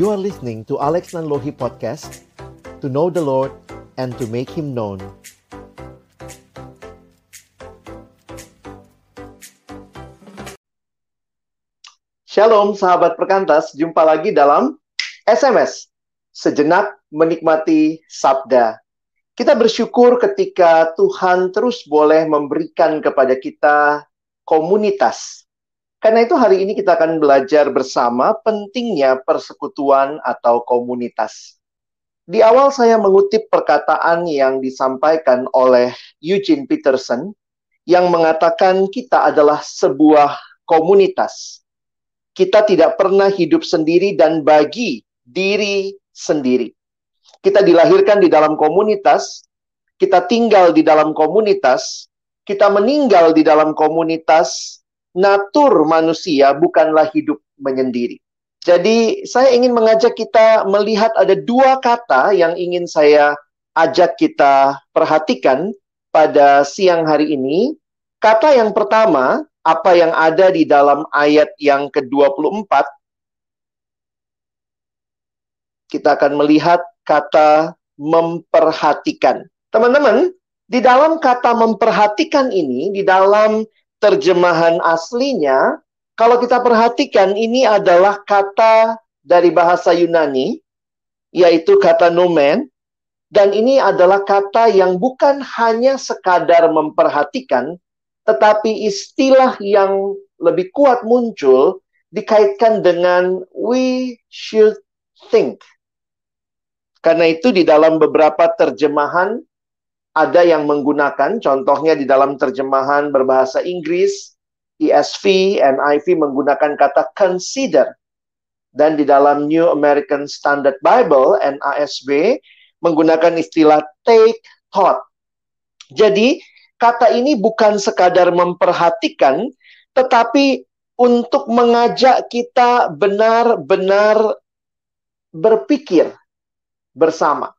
You are listening to Alex Nanlohi Podcast, to know the Lord and to make Him known. Shalom sahabat perkantas, jumpa lagi dalam SMS, Sejenak Menikmati Sabda. Kita bersyukur ketika Tuhan terus boleh memberikan kepada kita komunitas. Karena itu hari ini kita akan belajar bersama pentingnya persekutuan atau komunitas. Di awal saya mengutip perkataan yang disampaikan oleh Eugene Peterson yang mengatakan kita adalah sebuah komunitas. Kita tidak pernah hidup sendiri dan bagi diri sendiri. Kita dilahirkan di dalam komunitas, kita tinggal di dalam komunitas, kita meninggal di dalam komunitas. Natur manusia bukanlah hidup menyendiri. Jadi saya ingin mengajak kita melihat ada dua kata yang ingin saya ajak kita perhatikan pada siang hari ini. Kata yang pertama, apa yang ada di dalam ayat yang ke-24, kita akan melihat kata memperhatikan. Teman-teman, di dalam kata memperhatikan ini, di dalam terjemahan aslinya, kalau kita perhatikan, ini adalah kata dari bahasa Yunani, yaitu kata nomen, dan ini adalah kata yang bukan hanya sekadar memperhatikan, tetapi istilah yang lebih kuat muncul dikaitkan dengan we should think. Karena itu di dalam beberapa terjemahan ada yang menggunakan, contohnya di dalam terjemahan berbahasa Inggris, ESV, NIV menggunakan kata consider. Dan di dalam New American Standard Bible, NASB, menggunakan istilah take thought. Jadi, kata ini bukan sekadar memperhatikan, tetapi untuk mengajak kita benar-benar berpikir bersama.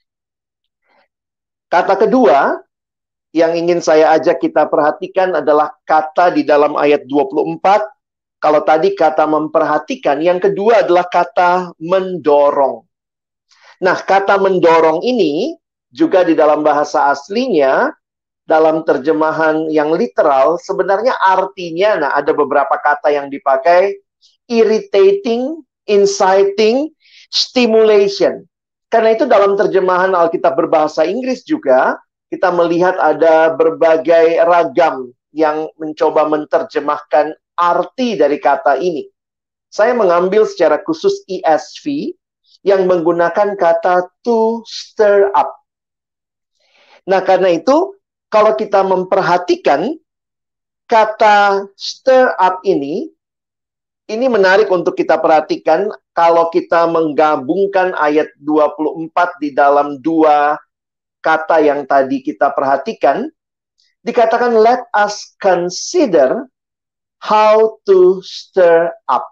Kata kedua yang ingin saya ajak kita perhatikan adalah kata di dalam ayat 24. Kalau tadi kata memperhatikan, yang kedua adalah kata mendorong. Nah, kata mendorong ini juga di dalam bahasa aslinya, dalam terjemahan yang literal, sebenarnya artinya, ada beberapa kata yang dipakai, irritating, inciting, stimulation. Karena itu dalam terjemahan Alkitab berbahasa Inggris juga, kita melihat ada berbagai ragam yang mencoba menerjemahkan arti dari kata ini. Saya mengambil secara khusus ESV yang menggunakan kata to stir up. Nah, karena itu, kalau kita memperhatikan kata stir up ini menarik untuk kita perhatikan kalau kita menggabungkan ayat 24 di dalam dua kata yang tadi kita perhatikan. Dikatakan, let us consider how to stir up.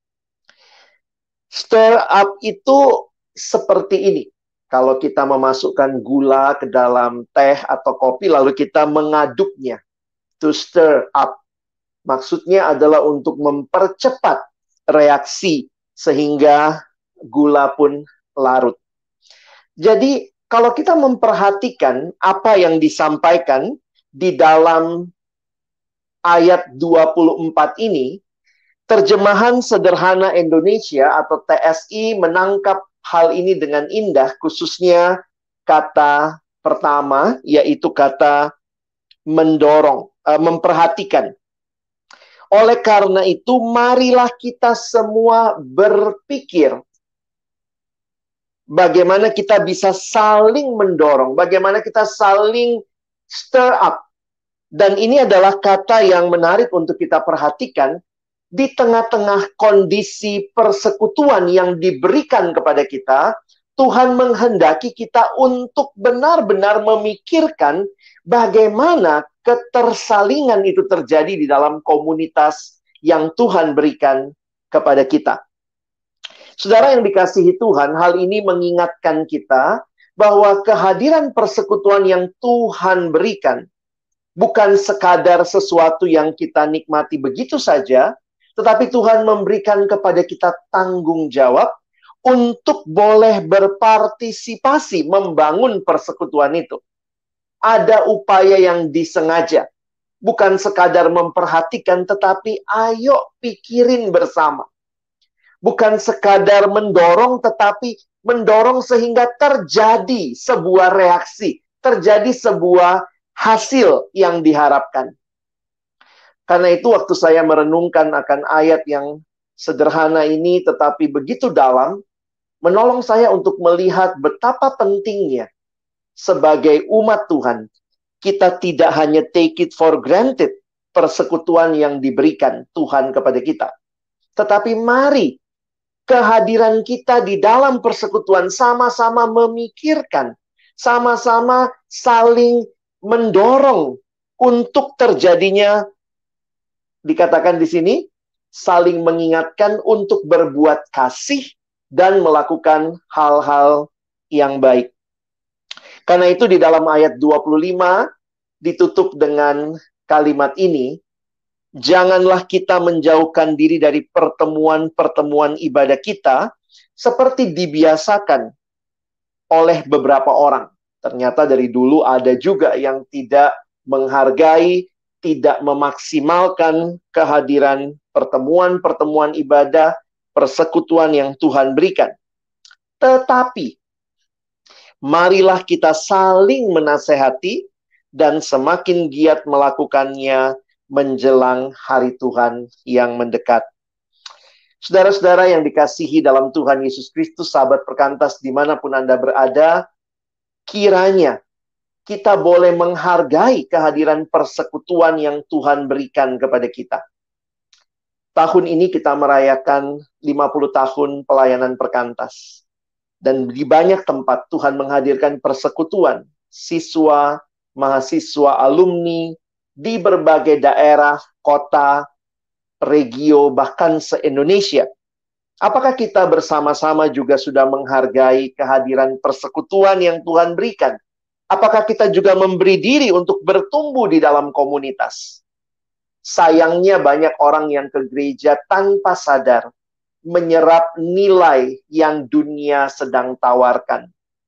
Stir up itu seperti ini. Kalau kita memasukkan gula ke dalam teh atau kopi, lalu kita mengaduknya. To stir up. Maksudnya adalah untuk mempercepat reaksi sehingga gula pun larut. Jadi, kalau kita memperhatikan apa yang disampaikan di dalam ayat 24 ini, terjemahan sederhana Indonesia atau TSI menangkap hal ini dengan indah, khususnya kata pertama, yaitu kata mendorong, memperhatikan. Oleh karena itu, marilah kita semua berpikir bagaimana kita bisa saling mendorong, bagaimana kita saling stir up. Dan ini adalah kata yang menarik untuk kita perhatikan di tengah-tengah kondisi persekutuan yang diberikan kepada kita. Tuhan menghendaki kita untuk benar-benar memikirkan bagaimana ketersalingan itu terjadi di dalam komunitas yang Tuhan berikan kepada kita. Saudara yang dikasihi Tuhan, hal ini mengingatkan kita bahwa kehadiran persekutuan yang Tuhan berikan bukan sekadar sesuatu yang kita nikmati begitu saja, tetapi Tuhan memberikan kepada kita tanggung jawab untuk boleh berpartisipasi membangun persekutuan itu. Ada upaya yang disengaja. Bukan sekadar memperhatikan, tetapi ayo pikirin bersama. Bukan sekadar mendorong, tetapi mendorong sehingga terjadi sebuah reaksi. Terjadi sebuah hasil yang diharapkan. Karena itu waktu saya merenungkan akan ayat yang sederhana ini, tetapi begitu dalam, menolong saya untuk melihat betapa pentingnya sebagai umat Tuhan, kita tidak hanya take it for granted persekutuan yang diberikan Tuhan kepada kita. Tetapi mari kehadiran kita di dalam persekutuan sama-sama memikirkan, sama-sama saling mendorong untuk terjadinya, dikatakan di sini, saling mengingatkan untuk berbuat kasih dan melakukan hal-hal yang baik. Karena itu di dalam ayat 25 ditutup dengan kalimat ini, janganlah kita menjauhkan diri dari pertemuan-pertemuan ibadah kita seperti dibiasakan oleh beberapa orang. Ternyata dari dulu ada juga yang tidak menghargai, tidak memaksimalkan kehadiran pertemuan-pertemuan ibadah, persekutuan yang Tuhan berikan. Tetapi marilah kita saling menasehati dan semakin giat melakukannya menjelang hari Tuhan yang mendekat. Saudara-saudara yang dikasihi dalam Tuhan Yesus Kristus, sahabat perkantas dimanapun Anda berada, kiranya kita boleh menghargai kehadiran persekutuan yang Tuhan berikan kepada kita. Tahun ini kita merayakan 50 tahun pelayanan perkantas. Dan di banyak tempat Tuhan menghadirkan persekutuan siswa, mahasiswa, alumni di berbagai daerah, kota, regio, bahkan se-Indonesia. Apakah kita bersama-sama juga sudah menghargai kehadiran persekutuan yang Tuhan berikan? Apakah kita juga memberi diri untuk bertumbuh di dalam komunitas? Sayangnya banyak orang yang ke gereja tanpa sadar menyerap nilai yang dunia sedang tawarkan.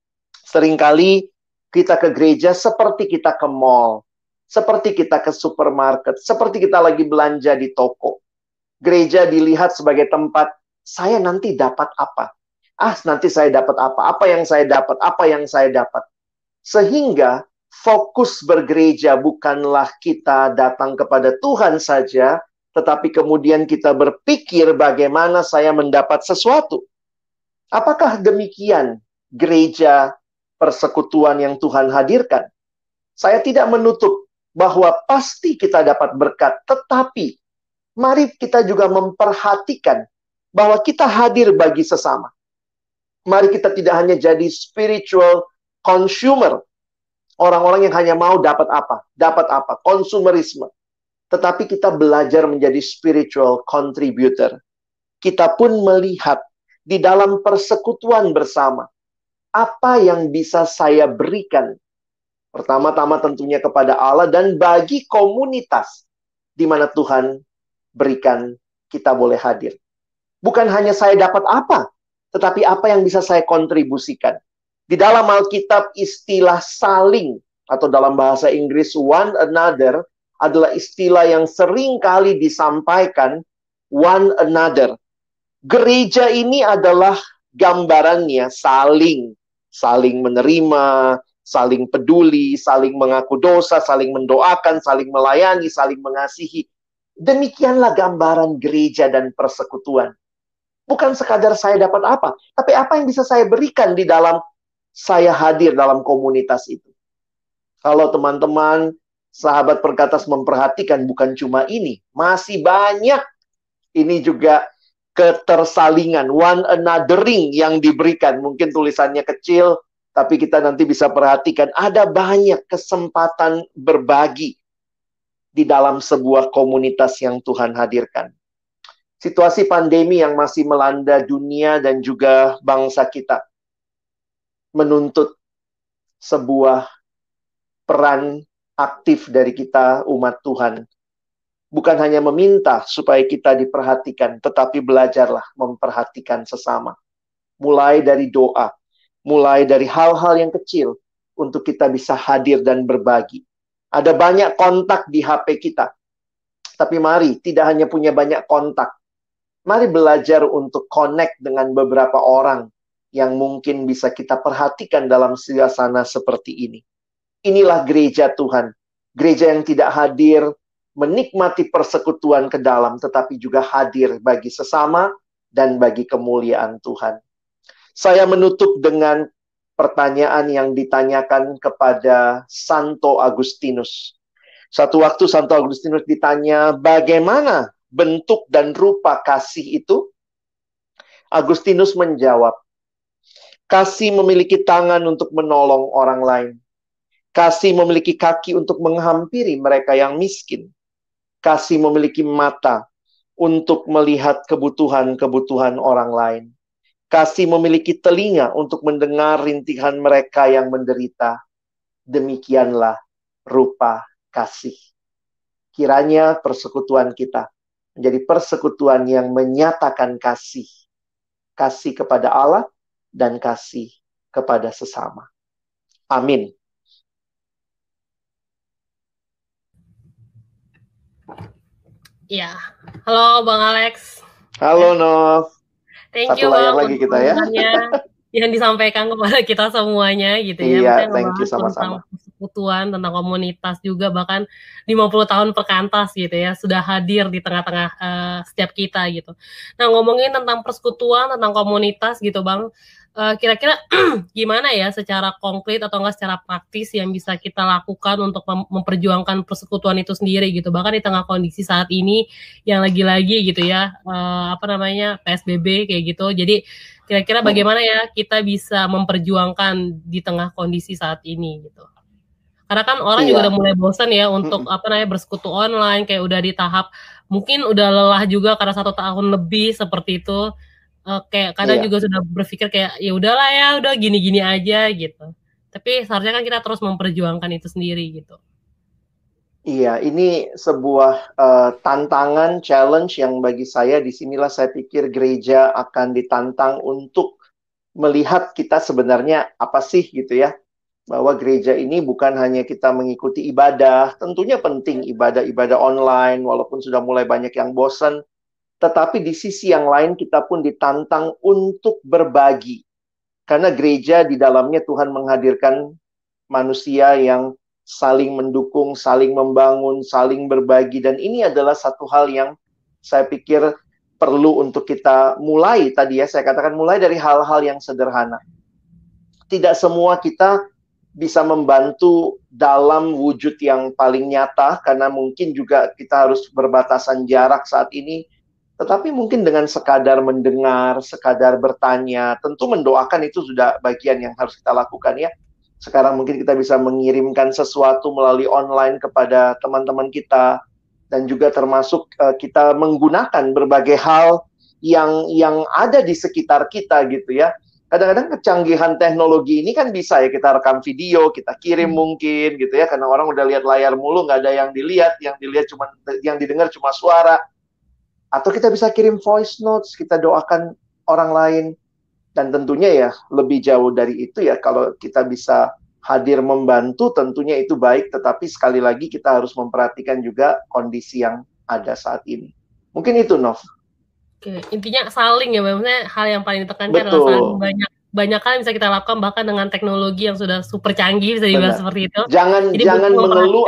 Seringkali kita ke gereja seperti kita ke mall, seperti kita ke supermarket, seperti kita lagi belanja di toko. Gereja dilihat sebagai tempat, saya nanti dapat apa? Nanti saya dapat apa? Apa yang saya dapat? Apa yang saya dapat? Sehingga fokus bergereja bukanlah kita datang kepada Tuhan saja, tetapi kemudian kita berpikir bagaimana saya mendapat sesuatu. Apakah demikian gereja persekutuan yang Tuhan hadirkan? Saya tidak menutup bahwa pasti kita dapat berkat, tetapi mari kita juga memperhatikan bahwa kita hadir bagi sesama. Mari kita tidak hanya jadi spiritual consumer, orang-orang yang hanya mau dapat apa, konsumerisme. Tetapi kita belajar menjadi spiritual contributor. Kita pun melihat di dalam persekutuan bersama, apa yang bisa saya berikan. Pertama-tama tentunya kepada Allah dan bagi komunitas di mana Tuhan berikan kita boleh hadir. Bukan hanya saya dapat apa, tetapi apa yang bisa saya kontribusikan. Di dalam Alkitab istilah saling, atau dalam bahasa Inggris one another, adalah istilah yang sering kali disampaikan one another. Gereja ini adalah gambarannya saling menerima, saling peduli, saling mengaku dosa, saling mendoakan, saling melayani, saling mengasihi. Demikianlah gambaran gereja dan persekutuan. Bukan sekadar saya dapat apa, tapi apa yang bisa saya berikan di dalam saya hadir dalam komunitas itu. Kalau teman-teman sahabat perkatas memperhatikan, bukan cuma ini, masih banyak. Ini juga ketersalingan, one anothering yang diberikan. Mungkin tulisannya kecil, tapi kita nanti bisa perhatikan, ada banyak kesempatan berbagi di dalam sebuah komunitas yang Tuhan hadirkan. Situasi pandemi yang masih melanda dunia dan juga bangsa kita menuntut sebuah peran aktif dari kita umat Tuhan. Bukan hanya meminta supaya kita diperhatikan, tetapi belajarlah memperhatikan sesama. mulai dari doa, mulai dari hal-hal yang kecil untuk kita bisa hadir dan berbagi. Ada banyak kontak di HP kita, tapi mari tidak hanya punya banyak kontak. Mari belajar untuk connect dengan beberapa orang yang mungkin bisa kita perhatikan dalam suasana seperti ini. Inilah gereja Tuhan. Gereja yang tidak hadir menikmati persekutuan ke dalam, tetapi juga hadir bagi sesama dan bagi kemuliaan Tuhan. Saya menutup dengan pertanyaan yang ditanyakan kepada Santo Agustinus. Satu waktu Santo Agustinus ditanya, bagaimana bentuk dan rupa kasih itu? Agustinus menjawab, kasih memiliki tangan untuk menolong orang lain. Kasih memiliki kaki untuk menghampiri mereka yang miskin. Kasih memiliki mata untuk melihat kebutuhan-kebutuhan orang lain. Kasih memiliki telinga untuk mendengar rintihan mereka yang menderita. Demikianlah rupa kasih. Kiranya persekutuan kita menjadi persekutuan yang menyatakan kasih. Kasih kepada Allah dan kasih kepada sesama. Amin. Ya, halo Bang Alex. Halo Nov. Thank Satu you layar Bang lagi untuk kita ya. yang disampaikan kepada kita semuanya gitu ya. Iya, Maksudnya thank you ngebahas tentang sama-sama. persekutuan, tentang komunitas juga, bahkan 50 tahun perkantas gitu ya, sudah hadir di tengah-tengah setiap kita gitu. Nah, ngomongin tentang persekutuan, tentang komunitas gitu Bang, kira-kira gimana ya secara konkret atau enggak secara praktis yang bisa kita lakukan untuk memperjuangkan persekutuan itu sendiri gitu, bahkan di tengah kondisi saat ini yang lagi-lagi gitu ya, PSBB kayak gitu. Jadi kira-kira bagaimana ya kita bisa memperjuangkan di tengah kondisi saat ini gitu. Karena kan orang juga udah mulai bosan ya untuk bersekutu online, kayak udah di tahap mungkin udah lelah juga karena 1 tahun lebih seperti itu. Kayak kadang juga sudah berpikir kayak ya udahlah ya, udah gini-gini aja gitu. Tapi seharusnya kan kita terus memperjuangkan itu sendiri gitu. Iya, ini sebuah tantangan, challenge yang bagi saya disinilah saya pikir gereja akan ditantang untuk melihat kita sebenarnya apa sih gitu ya. Bahwa gereja ini bukan hanya kita mengikuti ibadah, tentunya penting ibadah-ibadah online, walaupun sudah mulai banyak yang bosan. Tetapi di sisi yang lain kita pun ditantang untuk berbagi. Karena gereja di dalamnya Tuhan menghadirkan manusia yang saling mendukung, saling membangun, saling berbagi. Dan ini adalah satu hal yang saya pikir perlu untuk kita mulai tadi ya. Saya katakan mulai dari hal-hal yang sederhana. Tidak semua kita bisa membantu dalam wujud yang paling nyata, karena mungkin juga kita harus berbatasan jarak saat ini. Tetapi mungkin dengan sekadar mendengar, sekadar bertanya, tentu mendoakan itu sudah bagian yang harus kita lakukan ya. Sekarang mungkin kita bisa mengirimkan sesuatu melalui online kepada teman-teman kita, dan juga termasuk kita menggunakan berbagai hal yang ada di sekitar kita gitu ya. Kadang-kadang kecanggihan teknologi ini kan bisa ya, kita rekam video, kita kirim mungkin gitu ya, karena orang udah lihat layar mulu, nggak ada yang dilihat cuma yang didengar cuma suara. Atau kita bisa kirim voice notes, kita doakan orang lain. Dan tentunya ya lebih jauh dari itu ya, kalau kita bisa hadir membantu tentunya itu baik, tetapi sekali lagi kita harus memperhatikan juga kondisi yang ada saat ini. Mungkin itu, Nov. Oke, intinya saling ya, maksudnya hal yang paling ditekankan adalah saling, banyak hal yang bisa kita lakukan bahkan dengan teknologi yang sudah super canggih, bisa dibilang seperti itu. Jangan mengeluh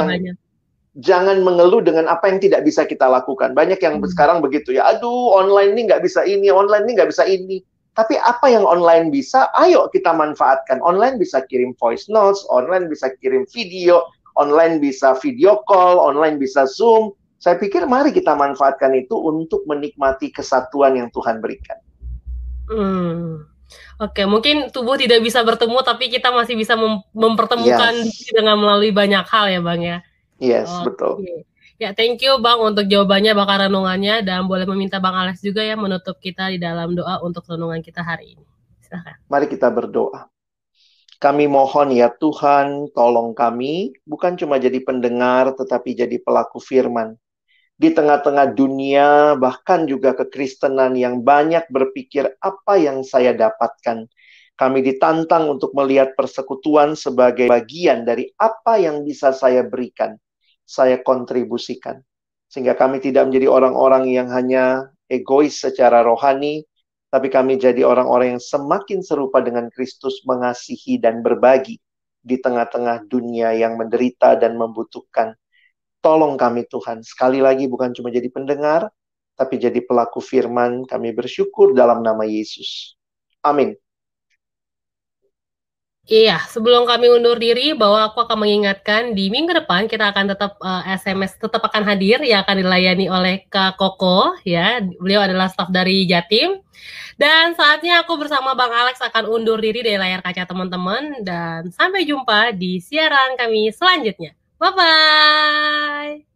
jangan mengeluh dengan apa yang tidak bisa kita lakukan. Banyak yang sekarang begitu ya, aduh online ini nggak bisa ini, online ini nggak bisa ini. Tapi apa yang online bisa, ayo kita manfaatkan. Online bisa kirim voice notes, online bisa kirim video, online bisa video call, online bisa Zoom. Saya pikir mari kita manfaatkan itu untuk menikmati kesatuan yang Tuhan berikan. Oke, mungkin tubuh tidak bisa bertemu, tapi kita masih bisa mempertemukan dengan melalui banyak hal ya Bang ya. Yes, betul. Ya, thank you Bang untuk jawabannya, bakal renungannya, dan boleh meminta Bang Alex juga ya menutup kita di dalam doa untuk renungan kita hari ini. Silakan. Mari kita berdoa. Kami mohon ya Tuhan, tolong kami bukan cuma jadi pendengar, tetapi jadi pelaku firman. Di tengah-tengah dunia, bahkan juga kekristenan yang banyak berpikir apa yang saya dapatkan. Kami ditantang untuk melihat persekutuan sebagai bagian dari apa yang bisa saya berikan, saya kontribusikan. Sehingga kami tidak menjadi orang-orang yang hanya egois secara rohani, tapi kami jadi orang-orang yang semakin serupa dengan Kristus, mengasihi dan berbagi di tengah-tengah dunia yang menderita dan membutuhkan. Tolong kami Tuhan, sekali lagi bukan cuma jadi pendengar, tapi jadi pelaku firman. Kami bersyukur dalam nama Yesus. Amin. Iya, sebelum kami undur diri, bahwa aku akan mengingatkan di minggu depan kita akan tetap SMS tetap akan hadir, yang akan dilayani oleh Kak Koko, ya. Beliau adalah staf dari Jatim. Dan saatnya aku bersama Bang Alex akan undur diri dari layar kaca teman-teman, dan sampai jumpa di siaran kami selanjutnya. Bye-bye!